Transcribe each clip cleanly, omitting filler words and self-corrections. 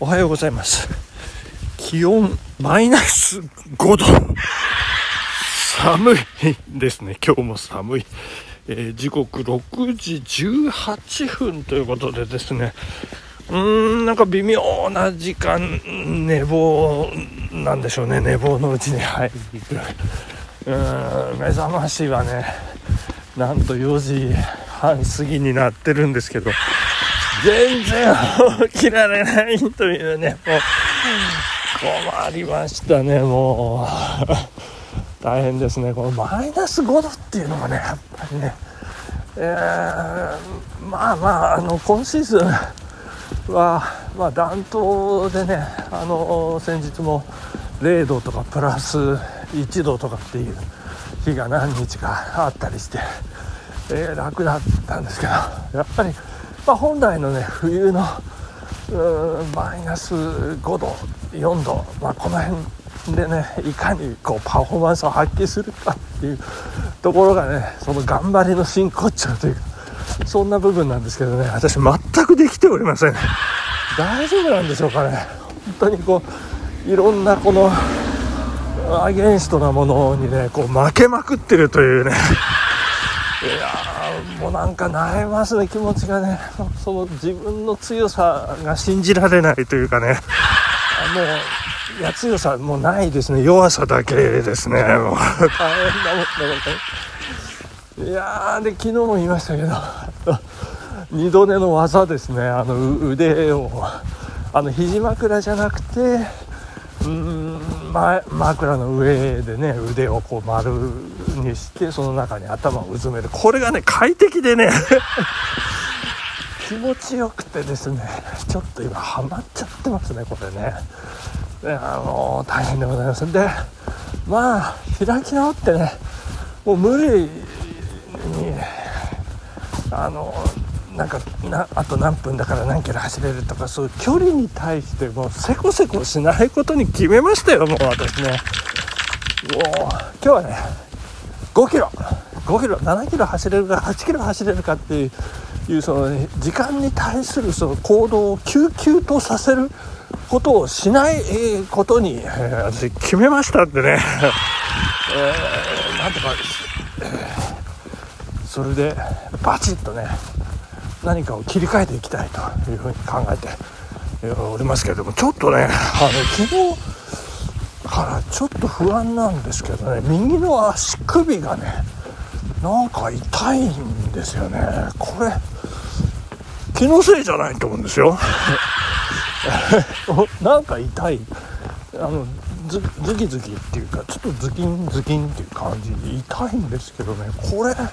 おはようございます。気温マイナス5度、寒いですね。今日も寒い。時刻6時18分ということでですね、なんか微妙な時間、寝坊なんでしょうね。寝坊のうちに入る。目覚ましはね、なんと4時半過ぎになってるんですけど、全然起きられないというね、もう困りましたね。もう大変ですね。このマイナス5度っていうのがね、やっぱりね、今シーズンは暖冬でね、先日も0度とかプラス1度とかっていう日が何日かあったりして、楽だったんですけど、やっぱり本来のね、冬のマイナス5度4度、この辺でね、いかにこうパフォーマンスを発揮するかっていうところがね、その頑張りの真骨頂というか、そんな部分なんですけどね、私全くできておりません。大丈夫なんでしょうかね。本当にこういろんなこのアゲンストなものにね、こう負けまくってるというね、もうなんか萎えますね、気持ちがね。その自分の強さが信じられないというかね、強さもうないですね。弱さだけですね。もう大変なもんだからね。で昨日も言いましたけど、二度寝の技ですね。腕を肘枕じゃなくて枕の上でね、腕をこう丸にして、その中に頭をうずめる。これがね、快適でね気持ちよくてですね、ちょっと今ハマっちゃってますね、これね。大変でございます。で、開き直ってね、もう無理にあと何分だから何キロ走れるとか、そういう距離に対してもうせこせこしないことに決めましたよ。もう私ね、今日はね、5キロ7キロ走れるか8キロ走れるかっていうその、ね、時間に対するその行動を急々とさせることをしないことに、私決めましたんでねなんとか、それでバチッとね、何かを切り替えていきたいというふうに考えておりますけれども、ちょっとね、昨日からちょっと不安なんですけどね、右の足首がね、なんか痛いんですよね。これ気のせいじゃないと思うんですよなんか痛い、ズキズキっていうか、ちょっとズキンズキンっていう感じで痛いんですけどね、これ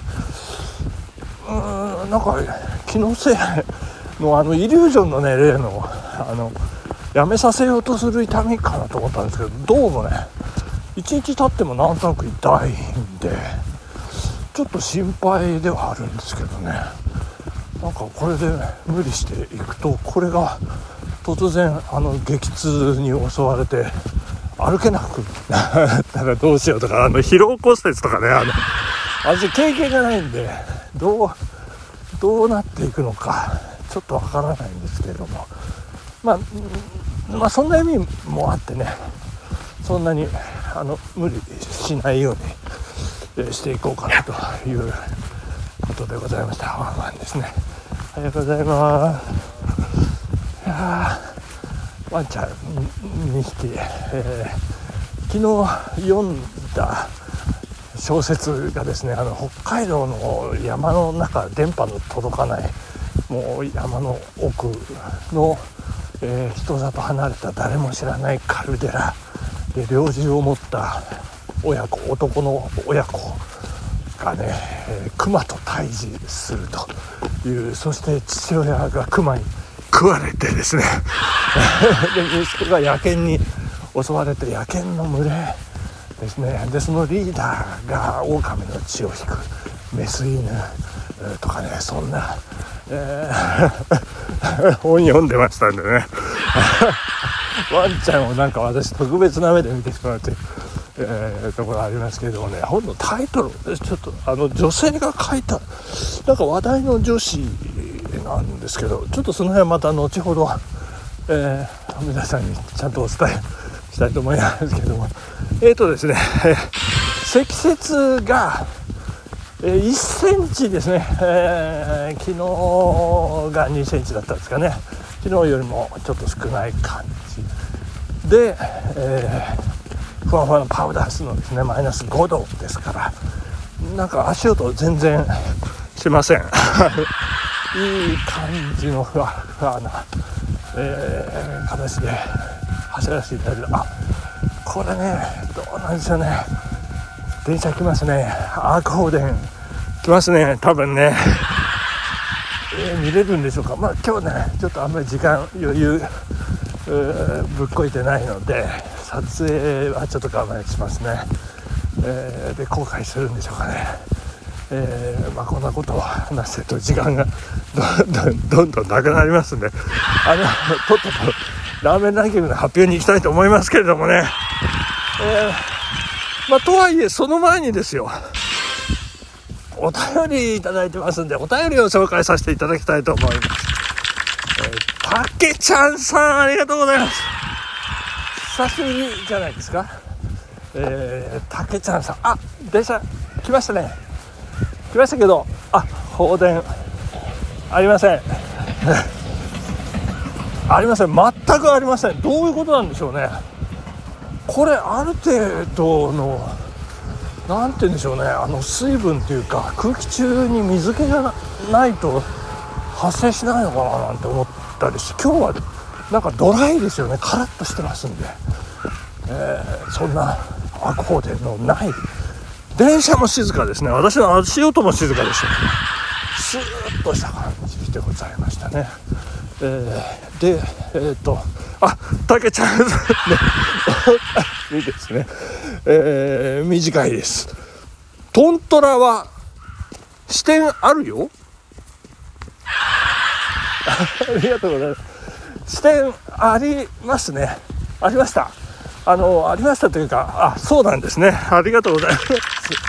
なんか気のせいのイリュージョンのね、例のやめさせようとする痛みかなと思ったんですけど、どうもね、1日経ってもなんとなく痛いんで、ちょっと心配ではあるんですけどね。なんかこれで無理していくと、これが突然激痛に襲われて歩けなくなったらどうしようとか、疲労骨折とかね、私経験がないんで、どうなっていくのかちょっとわからないんですけれども、そんな意味もあってね、そんなに無理しないようにしていこうかなということでございました。ワンワンですね。ありがとうございます。ワンちゃん2匹、昨日読んだ小説がですね、北海道の山の中、電波の届かないもう山の奥の、人里離れた誰も知らないカルデラで、猟銃を持った男の親子がね、熊と対峙するという。そして父親が熊に食われてですねで、息子が野犬に襲われて、野犬の群れですね。で、そのリーダーが狼の血を引くメス犬とかね、そんな、本読んでましたんでねワンちゃんをなんか私特別な目で見てしまうという、ところありますけれどもね、本のタイトルちょっと女性が書いたなんか話題の女子なんですけど、ちょっとその辺はまた後ほど、 皆さんにちゃんとお伝えしたいと思いますけども、ですね、積雪が1センチですね、昨日が2センチだったんですかね。昨日よりもちょっと少ない感じで、ふわふわのパウダースのですねマイナス5度ですから、なんか足音全然しませんいい感じのふわふわな、形で走らせていただいて、これねどうなんでしょうね、電車来ますね、アークホーデン来ますね、多分ね、見れるんでしょうか。今日ねちょっとあんまり時間余裕ぶっこいてないので撮影はちょっと我慢しますね、で後悔するんでしょうかね。こんなことを話してると時間がどんどんなくなりますんで、とっととラーメンランキングの発表に行きたいと思いますけれどもね、とはいえその前にですよ、お便りいただいてますんで、お便りを紹介させていただきたいと思います。たけちゃんさん、ありがとうございます。久しぶりじゃないですか。たけちゃんさん、電車来ましたね。来ましたけど、放電ありませんありません、全くありません。どういうことなんでしょうね。これある程度のなんて言うんでしょうね、水分というか空気中に水気がないと発生しないのかななんて思ったりして、今日はなんかドライですよね、カラッとしてますんで、そんなアク放電のない電車も静かですね。私の足音も静かですよね。スーッとした感じでございましたね。でたけちゃんいいですね、短いです。トントラは視点あるよありがとうございます。視点ありますね。ありました。ありましたというか、そうなんですね。ありがとうございます。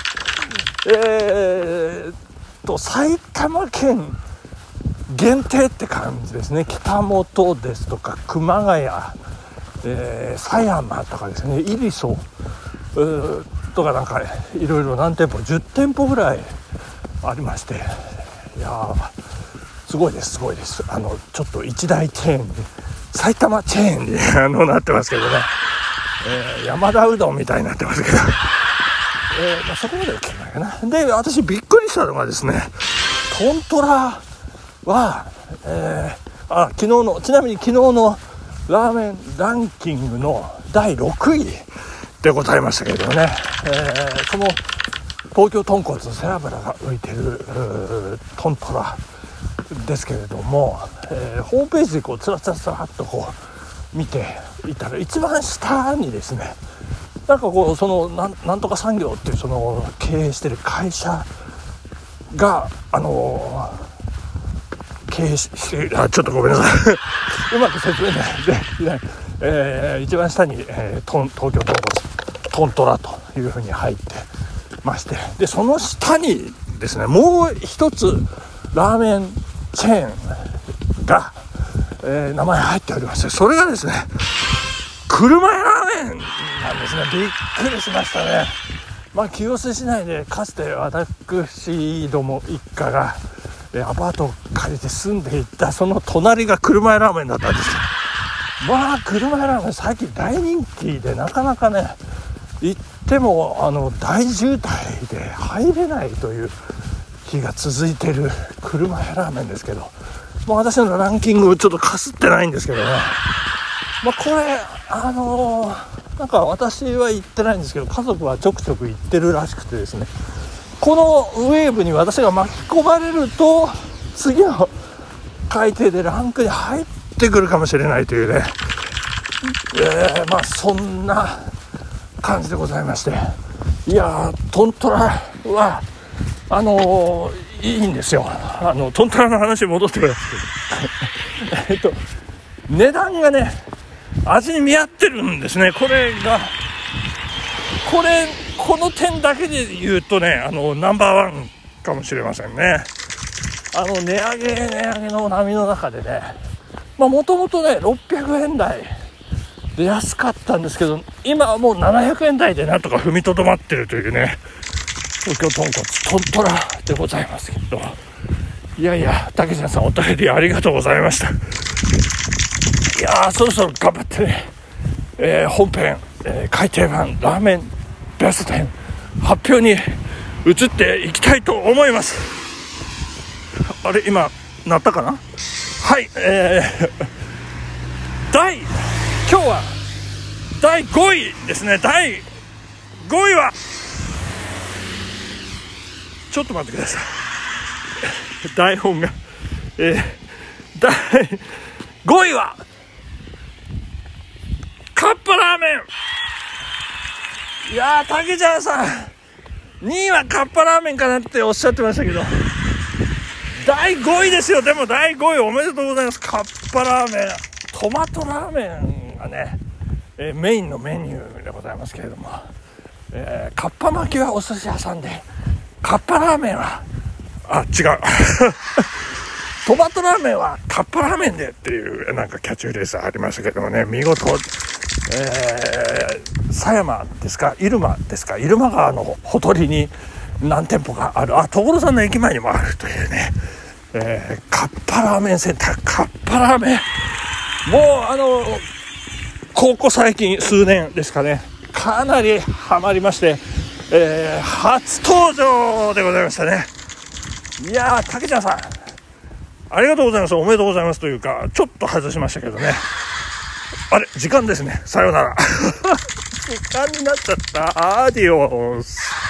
埼玉県限定って感じですね。北本ですとか熊谷、狭山とかですね、入曽とかなんかいろいろ何店舗10店舗ぐらいありまして、いやすごいです。ちょっと一大チェーンに、埼玉チェーンになってますけどね、山田うどんみたいになってますけど、そこまでは聞けないかな。で私びっくりしたのがですね、トントラは、ちなみに昨日のラーメンランキングの第6位でございましたけれどもね、その東京豚骨の背脂が浮いてるトントラですけれども、ホームページでつらっと見ていたら、一番下にですね、なんかそのなんとか産業っていうその経営してる会社が経営してちょっとごめんなさいうまく説明できない、一番下に、東京豚骨トントラというふうに入ってまして、でその下にですねもう一つラーメンチェーンが、名前入っておりまして、それがですね車屋ラーメンなんですね。びっくりしましたね。清須市内でかつて私ども一家がアパートを借りて住んでいたその隣が車屋ラーメンだったんですよ。車屋ラーメン最近大人気で、なかなかね行っても大渋滞で入れないという日が続いている車屋ラーメンですけど、私のランキングちょっとかすってないんですけどね、これなんか私は行ってないんですけど、家族はちょくちょく行ってるらしくてですね、このウェーブに私が巻き込まれると次の改定でランクに入ってくるかもしれないというね、そんな感じでございまして、いやトントラはいいんですよ。トントラの話に戻ってくるんですけど値段がね味に見合ってるんですね。この点だけで言うとねナンバーワンかもしれませんね。値上げの波の中でね、もともとね600円台で安かったんですけど、今はもう700円台でなんとか踏みとどまってるというね、東京豚骨トントラでございますけど、いやいや、竹ちゃんさんお便りありがとうございました。いやー、そろそろ頑張ってね、本編、改訂版ラーメンベスト10発表に移っていきたいと思います。あれ、今鳴ったかな。はい、今日は第5位ですね。第5位は、ちょっと待ってください、台本が、第5位はカッパラーメン。いやー、竹ちゃんさん2位はカッパラーメンかなっておっしゃってましたけど、第5位ですよ。でも第5位おめでとうございます。カッパラーメン、トマトラーメンがね、メインのメニューでございますけれども、カッパ巻きはお寿司屋さんで、カッパラーメンは違うトマトラーメンはカッパラーメンでっていうなんかキャッチフレーズありましたけどもね、見事、狭山ですか、入間ですか、入間川のほとりに何店舗かある、所さんの駅前にもあるというね、カッパラーメンセンター、カッパラーメン、もうここ最近数年ですかね、かなりハマりまして、初登場でございましたね。いやー、竹ちゃんさんありがとうございます。おめでとうございますというか、ちょっと外しましたけどね。あれ、時間ですね。さようなら時間になっちゃった。アディオス。